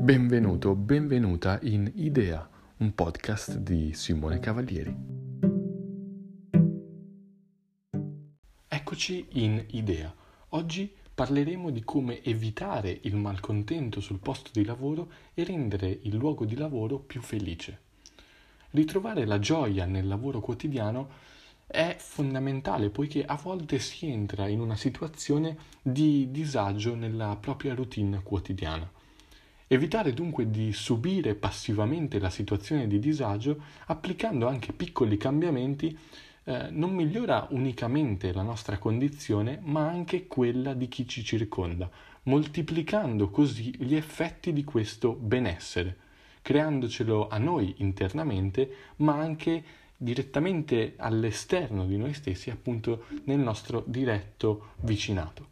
Benvenuto, benvenuta in Idea, un podcast di Simone Cavalieri. Eccoci in Idea. Oggi parleremo di come evitare il malcontento sul posto di lavoro e rendere il luogo di lavoro più felice. Ritrovare la gioia nel lavoro quotidiano è fondamentale poiché a volte si entra in una situazione di disagio nella propria routine quotidiana. Evitare dunque di subire passivamente la situazione di disagio, applicando anche piccoli cambiamenti, non migliora unicamente la nostra condizione, ma anche quella di chi ci circonda, moltiplicando così gli effetti di questo benessere, creandocelo a noi internamente, ma anche direttamente all'esterno di noi stessi, appunto nel nostro diretto vicinato,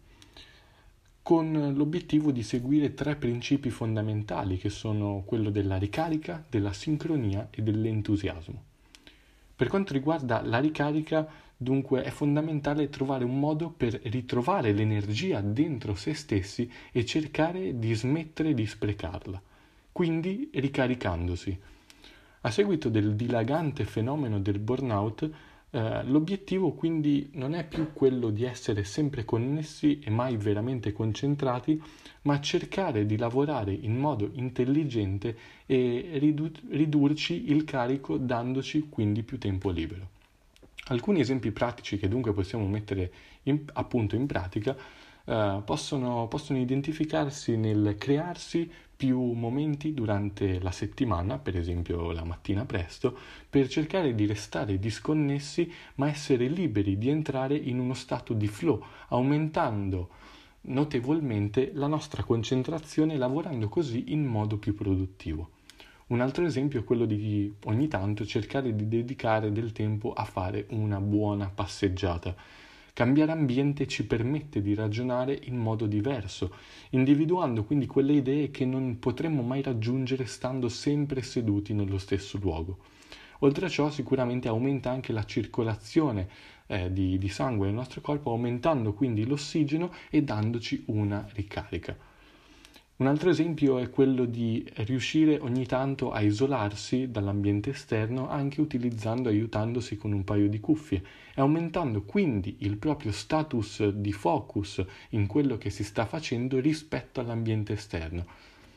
con l'obiettivo di seguire 3 principi fondamentali che sono quello della ricarica, della sincronia e dell'entusiasmo. Per quanto riguarda la ricarica, dunque è fondamentale trovare un modo per ritrovare l'energia dentro se stessi e cercare di smettere di sprecarla, quindi ricaricandosi. A seguito del dilagante fenomeno del burnout, l'obiettivo quindi non è più quello di essere sempre connessi e mai veramente concentrati, ma cercare di lavorare in modo intelligente e ridurci il carico dandoci quindi più tempo libero. Alcuni esempi pratici che dunque possiamo mettere appunto in pratica possono identificarsi nel crearsi più momenti durante la settimana, per esempio la mattina presto, per cercare di restare disconnessi ma essere liberi di entrare in uno stato di flow, aumentando notevolmente la nostra concentrazione, lavorando così in modo più produttivo. Un altro esempio è quello di ogni tanto cercare di dedicare del tempo a fare una buona passeggiata. Cambiare ambiente ci permette di ragionare in modo diverso, individuando quindi quelle idee che non potremmo mai raggiungere stando sempre seduti nello stesso luogo. Oltre a ciò sicuramente aumenta anche la circolazione di sangue nel nostro corpo, aumentando quindi l'ossigeno e dandoci una ricarica. Un altro esempio è quello di riuscire ogni tanto a isolarsi dall'ambiente esterno anche aiutandosi con un paio di cuffie e aumentando quindi il proprio status di focus in quello che si sta facendo rispetto all'ambiente esterno,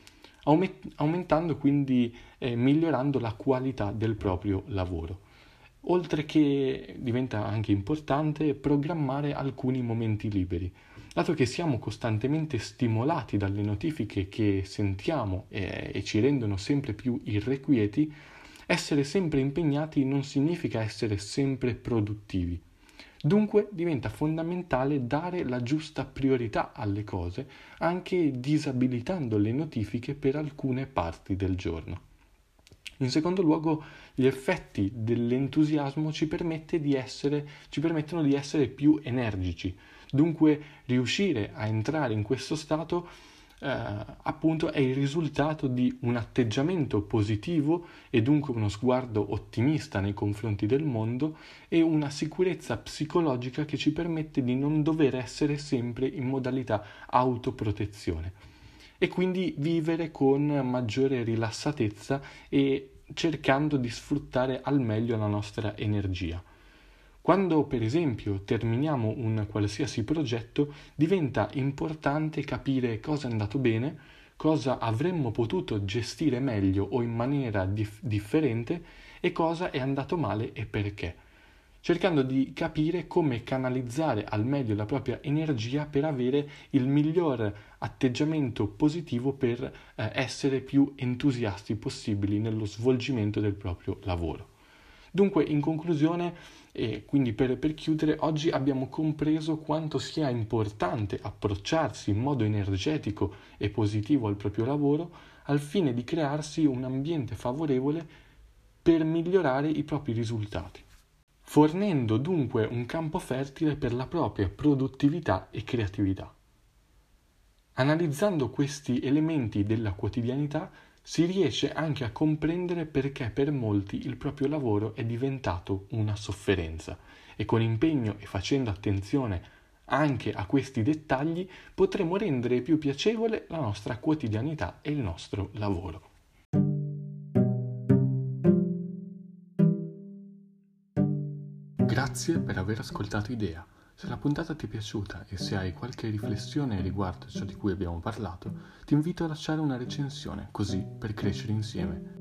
aumentando quindi migliorando la qualità del proprio lavoro. Oltre che diventa anche importante programmare alcuni momenti liberi. Dato che siamo costantemente stimolati dalle notifiche che sentiamo e ci rendono sempre più irrequieti, essere sempre impegnati non significa essere sempre produttivi. Dunque diventa fondamentale dare la giusta priorità alle cose, anche disabilitando le notifiche per alcune parti del giorno. In secondo luogo, gli effetti dell'entusiasmo ci permettono di essere più energici. Dunque, riuscire a entrare in questo stato, appunto, è il risultato di un atteggiamento positivo e dunque uno sguardo ottimista nei confronti del mondo e una sicurezza psicologica che ci permette di non dover essere sempre in modalità autoprotezione e quindi vivere con maggiore rilassatezza e cercando di sfruttare al meglio la nostra energia. Quando, per esempio, terminiamo un qualsiasi progetto, diventa importante capire cosa è andato bene, cosa avremmo potuto gestire meglio o in maniera differente e cosa è andato male e perché, cercando di capire come canalizzare al meglio la propria energia per avere il miglior atteggiamento positivo per essere più entusiasti possibili nello svolgimento del proprio lavoro. Dunque, in conclusione, e quindi per chiudere, oggi abbiamo compreso quanto sia importante approcciarsi in modo energetico e positivo al proprio lavoro al fine di crearsi un ambiente favorevole per migliorare i propri risultati, fornendo dunque un campo fertile per la propria produttività e creatività. Analizzando questi elementi della quotidianità si riesce anche a comprendere perché per molti il proprio lavoro è diventato una sofferenza e con impegno e facendo attenzione Anche a questi dettagli potremo rendere più piacevole la nostra quotidianità e il nostro lavoro. Grazie per aver ascoltato Idea. Se la puntata ti è piaciuta e se hai qualche riflessione riguardo ciò di cui abbiamo parlato, ti invito a lasciare una recensione, così per crescere insieme.